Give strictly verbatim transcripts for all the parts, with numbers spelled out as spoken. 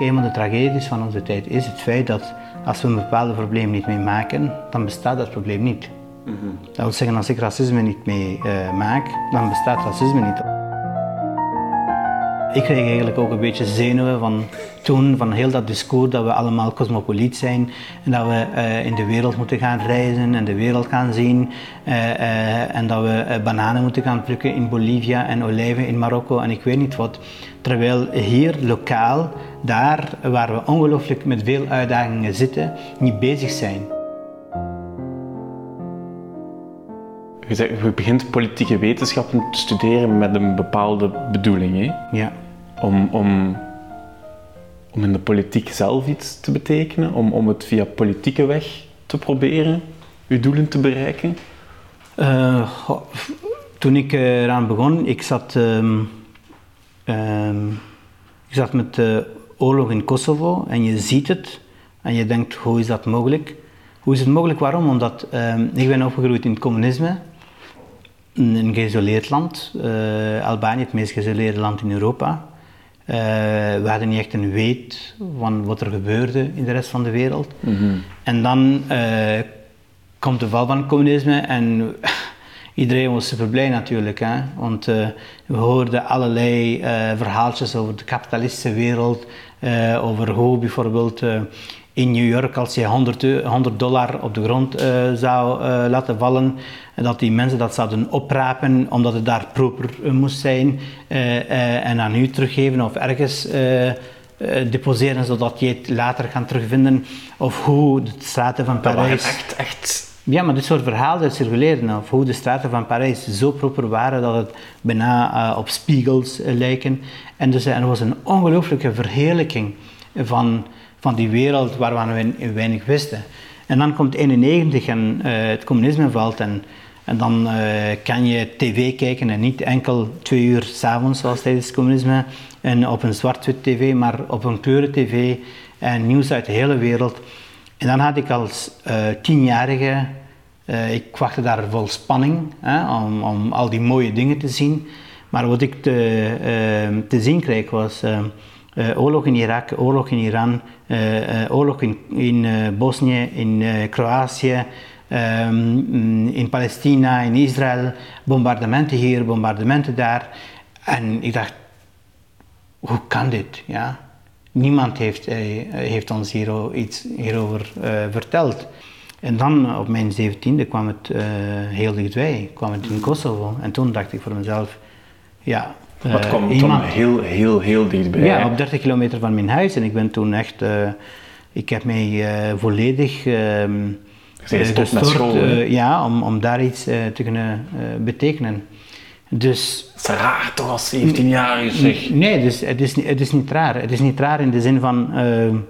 Een van de tragedies van onze tijd is het feit dat als we een bepaald probleem niet mee maken, dan bestaat dat probleem niet. Mm-hmm. Dat wil zeggen, als ik racisme niet mee uh, maak, dan bestaat racisme niet. Ik kreeg eigenlijk ook een beetje zenuwen van toen, van heel dat discours dat we allemaal cosmopoliet zijn en dat we uh, in de wereld moeten gaan reizen en de wereld gaan zien uh, uh, en dat we uh, bananen moeten gaan plukken in Bolivia en olijven in Marokko en ik weet niet wat. Terwijl hier lokaal, daar waar we ongelooflijk met veel uitdagingen zitten, niet bezig zijn. Je, zegt, je begint politieke wetenschappen te studeren met een bepaalde bedoeling, hè? Ja. Om, om, om in de politiek zelf iets te betekenen, om, om het via politieke weg te proberen, uw doelen te bereiken? Uh, toen ik uh, eraan begon, ik zat, um, um, ik zat met de oorlog in Kosovo en je ziet het en je denkt, hoe is dat mogelijk? Hoe is het mogelijk? Waarom? Omdat um, ik ben opgegroeid in het communisme. Een geïsoleerd land, uh, Albanië, het meest geïsoleerde land in Europa. Uh, we hadden niet echt een weet van wat er gebeurde in de rest van de wereld. Mm-hmm. En dan uh, komt de val van het communisme en iedereen was super blij natuurlijk. Hè? Want uh, we hoorden allerlei uh, verhaaltjes over de kapitalistische wereld, uh, over hoe bijvoorbeeld uh, in New York als je honderd dollar op de grond uh, zou uh, laten vallen, dat die mensen dat zouden oprapen omdat het daar proper uh, moest zijn uh, uh, en aan u teruggeven of ergens uh, uh, deposeren zodat je het later kan terugvinden. Of hoe de straten van Parijs... echt, echt... Ja, maar dit soort verhalen circuleren. Of hoe de straten van Parijs zo proper waren dat het bijna uh, op spiegels uh, lijken. En dus uh, er was een ongelooflijke verheerlijking van... van die wereld waarvan we weinig wisten. En dan komt eenennegentig en uh, het communisme valt en, en dan uh, kan je tv kijken en niet enkel twee uur 's avonds zoals tijdens het communisme en op een zwart-wit tv, maar op een kleuren-tv en nieuws uit de hele wereld. En dan had ik als uh, tienjarige, uh, ik wachtte daar vol spanning hè, om, om al die mooie dingen te zien. Maar wat ik te, uh, te zien kreeg was... Uh, Uh, oorlog in Irak, oorlog in Iran, uh, uh, oorlog in, in uh, Bosnië, in uh, Kroatië, um, in Palestina, in Israël, bombardementen hier, bombardementen daar. En ik dacht, hoe kan dit? Ja? Niemand heeft, uh, heeft ons hier iets hierover uh, verteld. En dan op mijn zeventiende kwam het uh, heel dichtbij, kwam het in Kosovo. En toen dacht ik voor mezelf, ja... Maar het kwam uh, toen heel, heel, heel dichtbij. Ja, op dertig kilometer van mijn huis. En ik ben toen echt... Uh, ik heb mij uh, volledig uh, gestort met school, uh, ja, om, om daar iets uh, te kunnen uh, betekenen. Dus... Het is raar toch als zeventienjarige zeg. Nee, dus het, is, het is niet raar. Het is niet raar in de zin van... Uh, uh,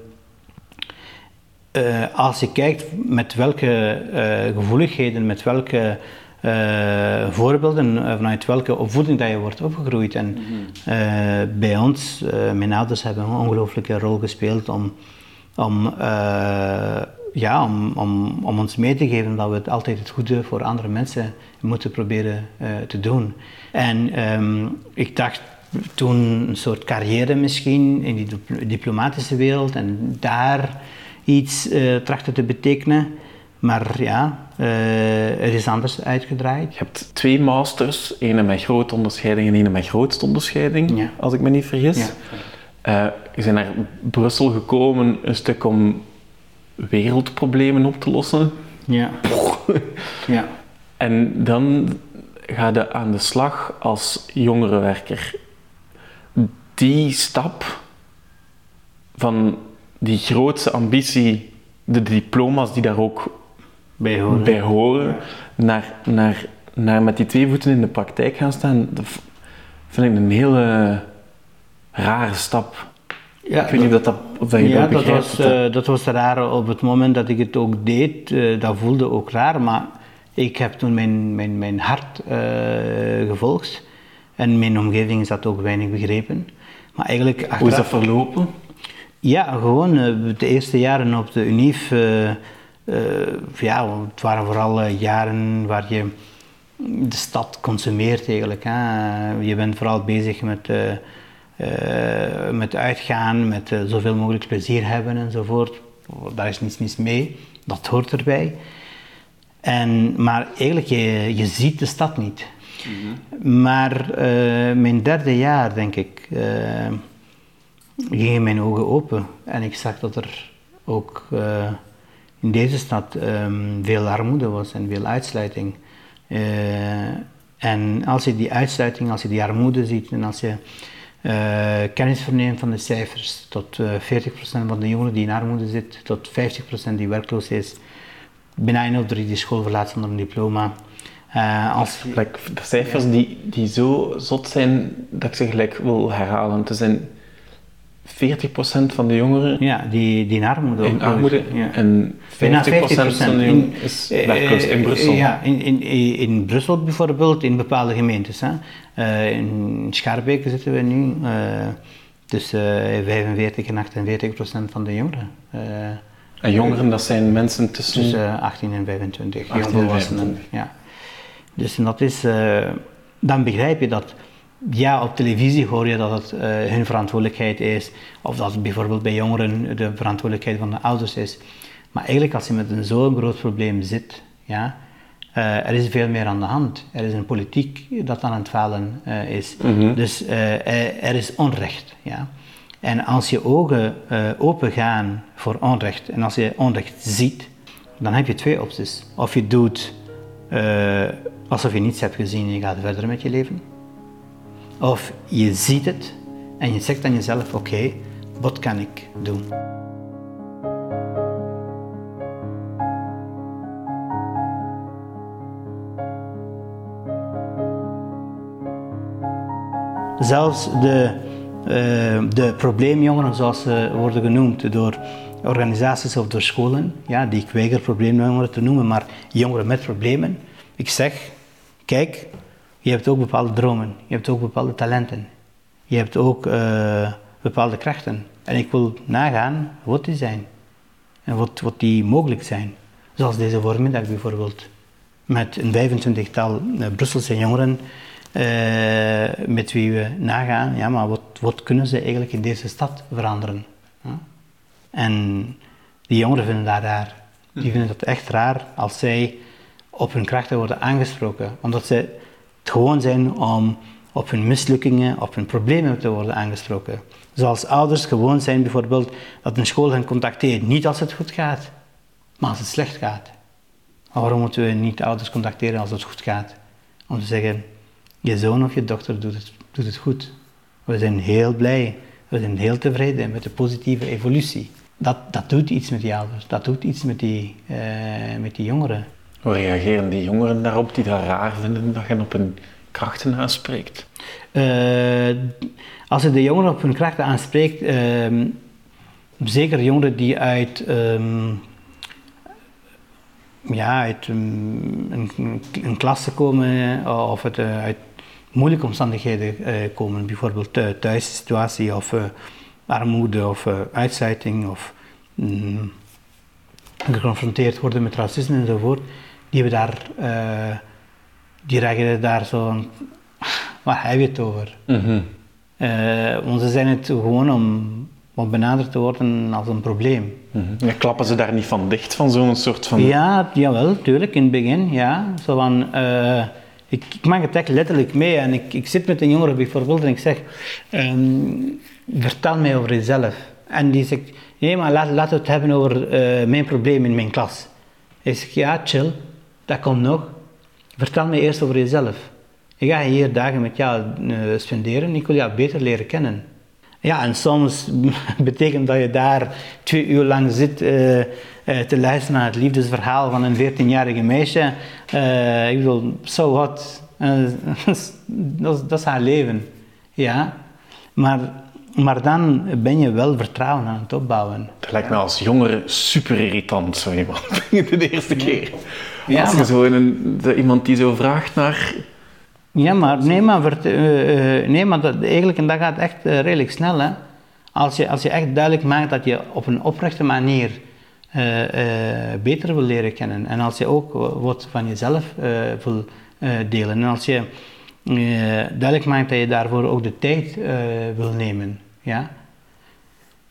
als je kijkt met welke uh, gevoeligheden, met welke... Uh, voorbeelden uh, vanuit welke opvoeding dat je wordt opgegroeid. En uh, bij ons, uh, mijn ouders hebben een ongelooflijke rol gespeeld om, om, uh, ja, om, om, om ons mee te geven dat we het altijd het goede voor andere mensen moeten proberen uh, te doen. En um, ik dacht toen een soort carrière misschien in die diplomatische wereld en daar iets uh, trachten te betekenen. Maar ja, uh, er is anders uitgedraaid. Je hebt twee masters, ene met grote onderscheiding en ene met grootste onderscheiding, ja. Als ik me niet vergis. Ja. Uh, je bent naar Brussel gekomen een stuk om wereldproblemen op te lossen. Ja. Ja. En dan ga je aan de slag als jongerenwerker. Die stap van die grootste ambitie, de diploma's die daar ook bij horen, bij horen naar, naar, naar met die twee voeten in de praktijk gaan staan, dat vind ik een hele rare stap. Ja, ik weet niet of, dat, of dat je ja, dat begrijpt. Dat was, uh, dat was raar op het moment dat ik het ook deed. Uh, dat voelde ook raar, maar ik heb toen mijn, mijn, mijn hart uh, gevolgd. En mijn omgeving is dat ook weinig begrepen. Maar eigenlijk achteraf... Hoe is dat verlopen? Ja, gewoon uh, de eerste jaren op de UNIF... Uh, Uh, ja, het waren vooral uh, jaren waar je de stad consumeert eigenlijk. Hè. Je bent vooral bezig met uh, uh, met uitgaan, met uh, zoveel mogelijk plezier hebben enzovoort. Daar is niets mis mee, dat hoort erbij. En, maar eigenlijk, je, je ziet de stad niet. Mm-hmm. Maar uh, mijn derde jaar, denk ik, uh, gingen mijn ogen open. En ik zag dat er ook uh, in deze stad um, veel armoede was en veel uitsluiting. Uh, en als je die uitsluiting, als je die armoede ziet en als je uh, kennis verneemt van de cijfers, tot uh, veertig procent van de jongeren die in armoede zit, tot vijftig procent die werkloos is, bijna één op drie die school verlaat zonder een diploma. Uh, als je, like, de cijfers ja. die, die zo zot zijn dat ik ze gelijk wil herhalen. Het zijn veertig procent van de jongeren ja, die, die in armoede, in armoede ja. en vijftig procent van de jongeren is werkloos in Brussel. Ja, in, in, in Brussel bijvoorbeeld, in bepaalde gemeentes. Hè. Uh, in Schaarbeek zitten we nu uh, tussen uh, vijfenveertig en achtenveertig procent van de jongeren. Uh, en jongeren, dat zijn mensen tussen... Tussen achttien en vijfentwintig, jongvolwassenen. Ja. Dus dat is, uh, dan begrijp je dat, ja, op televisie hoor je dat het uh, hun verantwoordelijkheid is, of dat het bijvoorbeeld bij jongeren de verantwoordelijkheid van de ouders is. Maar eigenlijk als je met een zo'n groot probleem zit, ja, uh, er is veel meer aan de hand. Er is een politiek dat aan het falen uh, is. Mm-hmm. Dus uh, er, er is onrecht. Ja. En als je ogen uh, open gaan voor onrecht en als je onrecht ziet, dan heb je twee opties. Of je doet uh, alsof je niets hebt gezien en je gaat verder met je leven. Of je ziet het en je zegt aan jezelf, oké, okay, wat kan ik doen? Zelfs de, uh, de probleemjongeren, zoals ze worden genoemd door organisaties of door scholen, ja, die ik weiger probleemjongeren te noemen, maar jongeren met problemen. Ik zeg, kijk, je hebt ook bepaalde dromen, je hebt ook bepaalde talenten, je hebt ook uh, bepaalde krachten. En ik wil nagaan wat die zijn en wat, wat die mogelijk zijn. Zoals deze voormiddag bijvoorbeeld, met een vijfentwintigtal uh, Brusselse jongeren uh, met wie we nagaan, ja, maar wat, wat kunnen ze eigenlijk in deze stad veranderen? Ja? En die jongeren vinden dat raar. Die vinden het echt raar als zij op hun krachten worden aangesproken, omdat ze het gewoon zijn om op hun mislukkingen, op hun problemen te worden aangesproken. Zoals ouders gewoon zijn bijvoorbeeld dat een school hen contacteert, niet als het goed gaat, maar als het slecht gaat. Maar waarom moeten we niet ouders contacteren als het goed gaat? Om te zeggen, je zoon of je dochter doet het, doet het goed. We zijn heel blij, we zijn heel tevreden met de positieve evolutie. Dat, dat doet iets met die ouders, dat doet iets met die, uh, met die jongeren. Hoe reageren die jongeren daarop die dat raar vinden dat je op hun krachten aanspreekt? Uh, als je de jongeren op hun krachten aanspreekt, uh, zeker jongeren die uit, um, ja, uit um, een, een klasse komen of het, uh, uit moeilijke omstandigheden uh, komen, bijvoorbeeld uh, thuissituatie of uh, armoede of uh, uitsluiting of um, geconfronteerd worden met racisme enzovoort. Die hebben daar, uh, die reageren daar zo van, waar heb je het over? Mm-hmm. Uh, want ze zijn het gewoon om, om benaderd te worden als een probleem. Mm-hmm. Ja, klappen ze daar niet van dicht, van zo'n soort van... Ja, jawel, tuurlijk, in het begin, ja. Zo van, uh, ik, ik maak het echt letterlijk mee en ik, ik zit met een jongere bijvoorbeeld en ik zeg, um, vertel mij over jezelf. En die zegt, nee, maar laat, laten we het hebben over uh, mijn probleem in mijn klas. Ik zeg, ja, chill. Dat komt nog. Vertel me eerst over jezelf. Ik ga hier dagen met jou uh, spenderen. Ik wil jou beter leren kennen. Ja, en soms betekent dat je daar twee uur lang zit uh, uh, te luisteren naar het liefdesverhaal van een veertienjarige meisje. Uh, ik bedoel, so what? Uh, dat, is, dat is haar leven. Ja, maar, maar dan ben je wel vertrouwen aan het opbouwen. Dat lijkt me als jongere super irritant, zo iemand. De eerste keer. Ja, als je maar, zo in een, de, iemand die zo vraagt naar... Ja, maar nee, maar, vert, uh, uh, nee, maar dat, eigenlijk, en dat gaat echt uh, redelijk snel. Hè. Als, je, als je echt duidelijk maakt dat je op een oprechte manier uh, uh, beter wil leren kennen. En als je ook wat van jezelf uh, wil uh, delen. En als je uh, duidelijk maakt dat je daarvoor ook de tijd uh, wil nemen. Ja.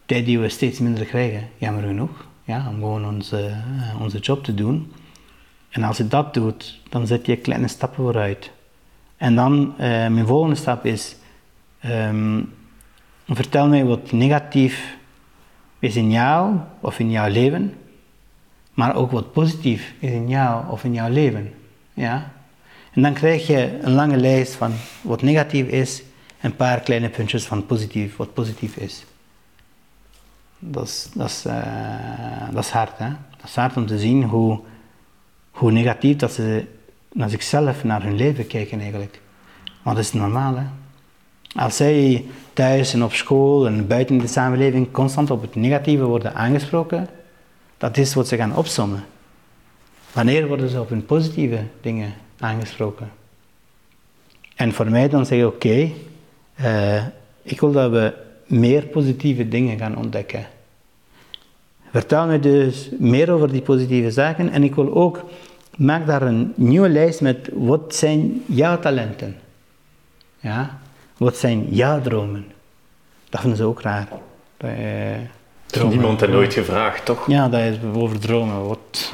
tijd die we steeds minder krijgen, jammer genoeg, ja, om gewoon onze, onze job te doen. En als je dat doet, dan zet je kleine stappen vooruit. En dan, uh, mijn volgende stap is, um, vertel mij wat negatief is in jou of in jouw leven, maar ook wat positief is in jou of in jouw leven. Ja? En dan krijg je een lange lijst van wat negatief is en een paar kleine puntjes van positief, wat positief is. Dat is, dat is, uh, dat is hard, hè? Dat is hard om te zien hoe, hoe negatief dat ze naar zichzelf, naar hun leven kijken eigenlijk. Maar dat is normaal, hè? Als zij thuis en op school en buiten de samenleving constant op het negatieve worden aangesproken, dat is wat ze gaan opsommen. Wanneer worden ze op hun positieve dingen aangesproken? En voor mij dan zeg je, oké, okay, uh, ik wil dat we meer positieve dingen gaan ontdekken. Vertel me dus meer over die positieve zaken en ik wil ook, maak daar een nieuwe lijst met wat zijn jouw talenten? Ja? Wat zijn jouw dromen? Dat vinden ze ook raar. Dat, uh, dromen. Niemand heeft nooit gevraagd, toch? Ja, dat is over dromen. Wat?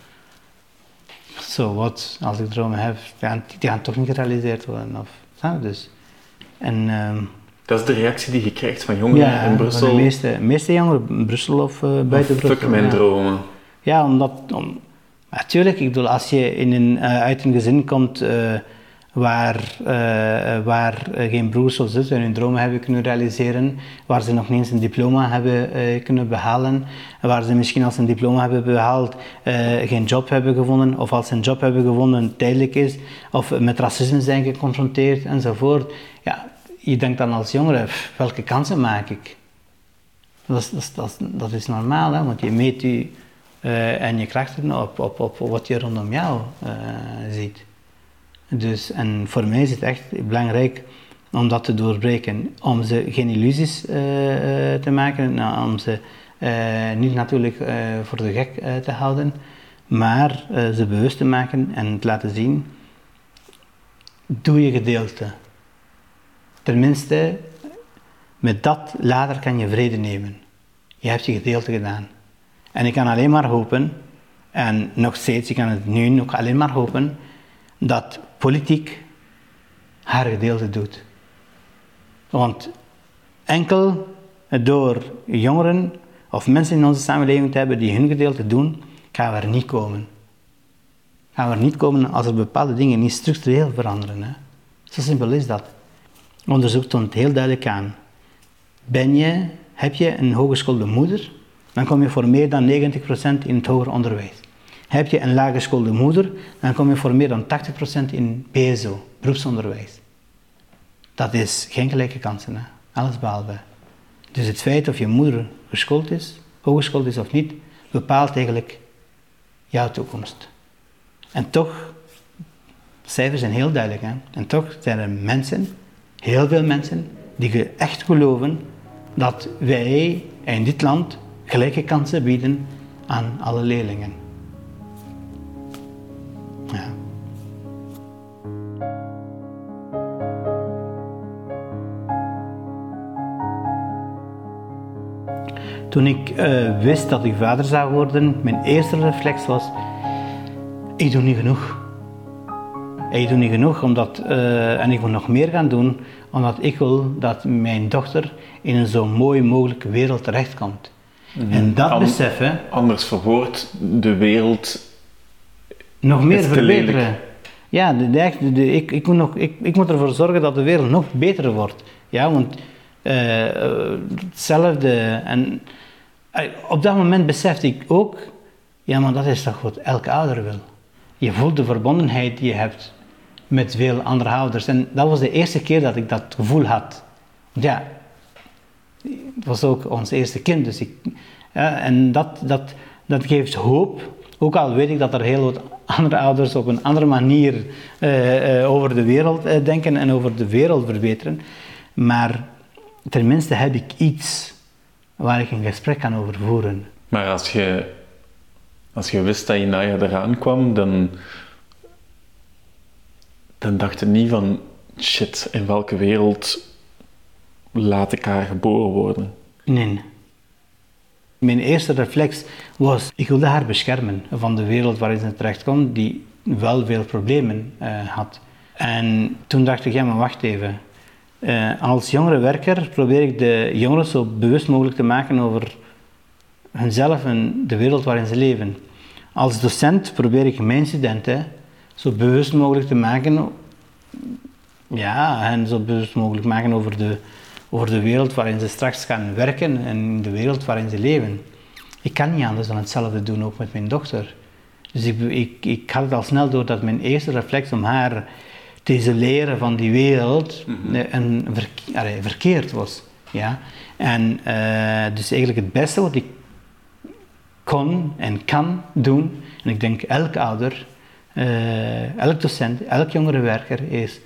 Zo, wat? Als ik dromen heb, die gaan, die gaan toch niet gerealiseerd worden. Of, ja, dus. En, um, dat is de reactie die je krijgt van jongeren ja, in Brussel? Ja, de meeste, meeste jongeren in Brussel of uh, buiten of Brussel. Fuck mijn ja. dromen. Ja, omdat... Om, natuurlijk, ik bedoel, als je in een, uh, uit een gezin komt uh, waar, uh, waar uh, geen broers of zus en hun dromen hebben kunnen realiseren, waar ze nog niet eens een diploma hebben uh, kunnen behalen, waar ze misschien als ze een diploma hebben behaald uh, geen job hebben gevonden, of als ze een job hebben gevonden tijdelijk is, of met racisme zijn geconfronteerd enzovoort. Ja, je denkt dan als jongere, pff, welke kansen maak ik? Dat is, dat is, dat is, dat is normaal, hè? Want je meet je uh, en je krachten op, op, op wat je rondom jou uh, ziet. Dus, en voor mij is het echt belangrijk om dat te doorbreken, om ze geen illusies uh, uh, te maken, nou, om ze uh, niet natuurlijk uh, voor de gek uh, te houden, maar uh, ze bewust te maken en te laten zien, doe je gedeelte. Tenminste, met dat later kan je vrede nemen. Je hebt je gedeelte gedaan. En ik kan alleen maar hopen, en nog steeds, ik kan het nu nog alleen maar hopen, dat politiek haar gedeelte doet. Want enkel door jongeren of mensen in onze samenleving te hebben die hun gedeelte doen, gaan we er niet komen. Gaan we er niet komen als er bepaalde dingen niet structureel veranderen. Hè? Zo simpel is dat. Onderzoek toont heel duidelijk aan. Ben je, heb je een hogeschoolde moeder, dan kom je voor meer dan negentig procent in het hoger onderwijs. Heb je een laaggeschoolde moeder, dan kom je voor meer dan tachtig procent in B S O, beroepsonderwijs. Dat is geen gelijke kansen, hè? Alles behalve. Dus het feit of je moeder geschoold is, hooggeschoold is of niet, bepaalt eigenlijk jouw toekomst. En toch, de cijfers zijn heel duidelijk, hè? En toch zijn er mensen, heel veel mensen, die echt geloven dat wij in dit land gelijke kansen bieden aan alle leerlingen. Ja. Toen ik uh, wist dat ik vader zou worden, mijn eerste reflex was, ik doe niet genoeg. Ik doe niet genoeg, omdat, uh, en ik moet nog meer gaan doen, omdat ik wil dat mijn dochter in een zo mooi mogelijke wereld terechtkomt. Mm-hmm. En dat An- beseffen... Anders verwoord de wereld... Nog meer verbeteren. Ja, de, de, de, de, ik, ik, moet nog, ik, ik moet ervoor zorgen dat de wereld nog beter wordt. Ja, want uh, hetzelfde. En uh, op dat moment besefte ik ook, ja, maar dat is toch wat elke ouder wil. Je voelt de verbondenheid die je hebt met veel andere ouders. En dat was de eerste keer dat ik dat gevoel had. Want ja, het was ook ons eerste kind. Dus ik, ja, en dat, dat, dat geeft hoop. Ook al weet ik dat er heel wat andere ouders op een andere manier uh, uh, over de wereld uh, denken en over de wereld verbeteren. Maar tenminste heb ik iets waar ik een gesprek kan over voeren. Maar als je, als je wist dat je Naya eraan kwam, dan, dan dacht je niet van shit, in welke wereld laat ik haar geboren worden? Nee. Mijn eerste reflex was, ik wilde haar beschermen van de wereld waarin ze terecht kon, die wel veel problemen uh, had. En toen dacht ik, ja maar wacht even. Uh, als jongerenwerker probeer ik de jongeren zo bewust mogelijk te maken over hunzelf en de wereld waarin ze leven. Als docent probeer ik mijn studenten zo bewust mogelijk te maken, ja, hen zo bewust mogelijk maken over de, over de wereld waarin ze straks gaan werken en de wereld waarin ze leven. Ik kan niet anders dan hetzelfde doen, ook met mijn dochter. Dus ik, ik, ik had het al snel door dat mijn eerste reflex om haar te isoleren van die wereld mm-hmm. een verke- allee, verkeerd was. Ja? En uh, dus eigenlijk het beste wat ik kon en kan doen, en ik denk elk ouder, uh, elk docent, elk jongerenwerker is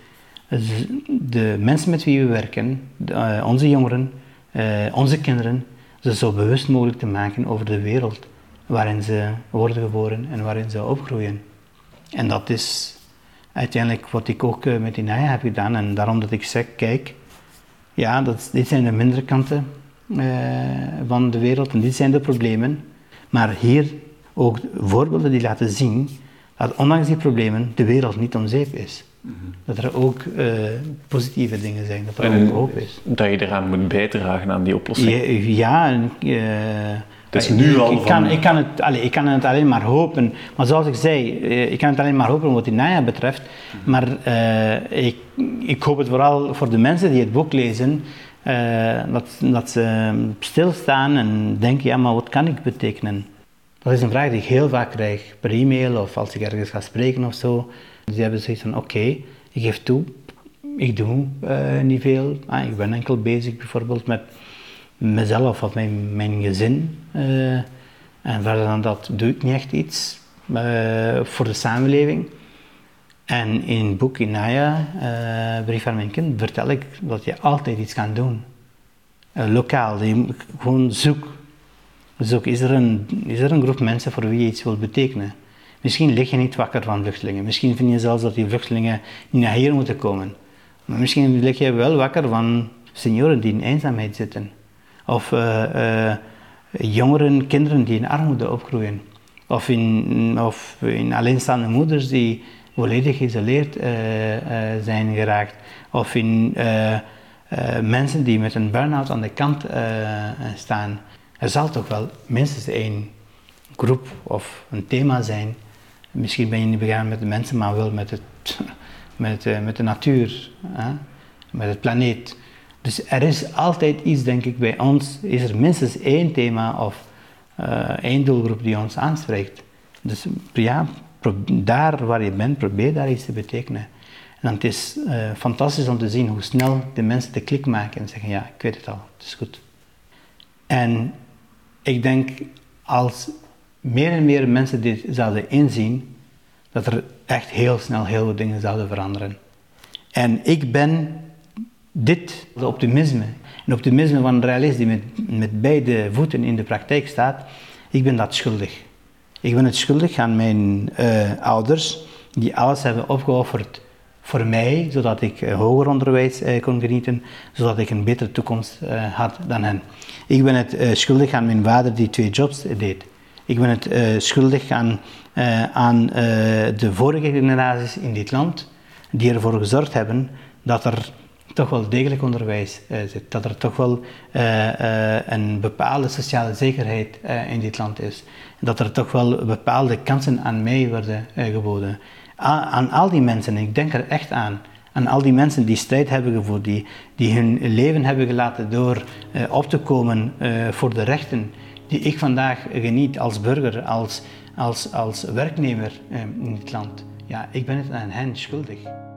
de mensen met wie we werken, de, uh, onze jongeren, uh, onze kinderen, ze zo bewust mogelijk te maken over de wereld waarin ze worden geboren en waarin ze opgroeien. En dat is uiteindelijk wat ik ook uh, met Inaya heb gedaan. En daarom dat ik zeg, kijk, ja, dat, dit zijn de mindere kanten uh, van de wereld en dit zijn de problemen. Maar hier ook voorbeelden die laten zien dat ondanks die problemen de wereld niet om zeep is. Mm-hmm. Dat er ook uh, positieve dingen zijn, dat er en ook hoop is. Dat je eraan moet bijdragen aan die oplossing. Ja, ja uh, het is nu ik, al ik, van... kan, ik, kan het, allez, ik kan het alleen maar hopen, maar zoals ik zei, uh, ik kan het alleen maar hopen wat Inaya betreft, mm-hmm. maar uh, ik, ik hoop het vooral voor de mensen die het boek lezen, uh, dat, dat ze stilstaan en denken, ja, maar wat kan ik betekenen? Dat is een vraag die ik heel vaak krijg, per e-mail of als ik ergens ga spreken of zo. Dus die hebben zoiets van, oké, okay, ik geef toe, ik doe uh, niet veel. Ah, ik ben enkel bezig bijvoorbeeld met mezelf of mijn, mijn gezin. Uh, en verder dan dat doe ik niet echt iets uh, voor de samenleving. En in het boek Inaya, uh, Brief aan mijn kind, vertel ik dat je altijd iets kan doen. Uh, lokaal, je gewoon zoek. zoek. Is er, een, is er een groep mensen voor wie je iets wilt betekenen? Misschien lig je niet wakker van vluchtelingen. Misschien vind je zelfs dat die vluchtelingen niet naar hier moeten komen. Maar misschien lig je wel wakker van senioren die in eenzaamheid zitten. Of uh, uh, jongeren, kinderen die in armoede opgroeien. Of in, of in alleenstaande moeders die volledig geïsoleerd uh, uh, zijn geraakt. Of in uh, uh, mensen die met een burn-out aan de kant uh, staan. Er zal toch wel minstens één groep of een thema zijn. Misschien ben je niet begaan met de mensen, maar wel met, het, met, uh, met de natuur, hè? Met het planeet. Dus er is altijd iets, denk ik, bij ons, is er minstens één thema of uh, één doelgroep die ons aanspreekt. Dus ja, daar waar je bent, probeer daar iets te betekenen. En het is uh, fantastisch om te zien hoe snel de mensen de klik maken en zeggen, ja, ik weet het al, het is goed. En ik denk, als meer en meer mensen dit zouden inzien, dat er echt heel snel heel veel dingen zouden veranderen. En ik ben dit, de optimisme, een optimisme van een realist die met, met beide voeten in de praktijk staat, ik ben dat schuldig. Ik ben het schuldig aan mijn uh, ouders, die alles hebben opgeofferd voor mij, zodat ik uh, hoger onderwijs uh, kon genieten, zodat ik een betere toekomst uh, had dan hen. Ik ben het uh, schuldig aan mijn vader die twee jobs uh, deed. Ik ben het uh, schuldig aan, uh, aan uh, de vorige generaties in dit land, die ervoor gezorgd hebben dat er toch wel degelijk onderwijs uh, zit. Dat er toch wel uh, uh, een bepaalde sociale zekerheid uh, in dit land is. Dat er toch wel bepaalde kansen aan mij worden uh, geboden. A- aan al die mensen, ik denk er echt aan, aan al die mensen die strijd hebben gevoerd, die, die hun leven hebben gelaten door uh, op te komen uh, voor de rechten die ik vandaag geniet als burger, als, als, als werknemer uh, in dit land. Ja, ik ben het aan hen schuldig.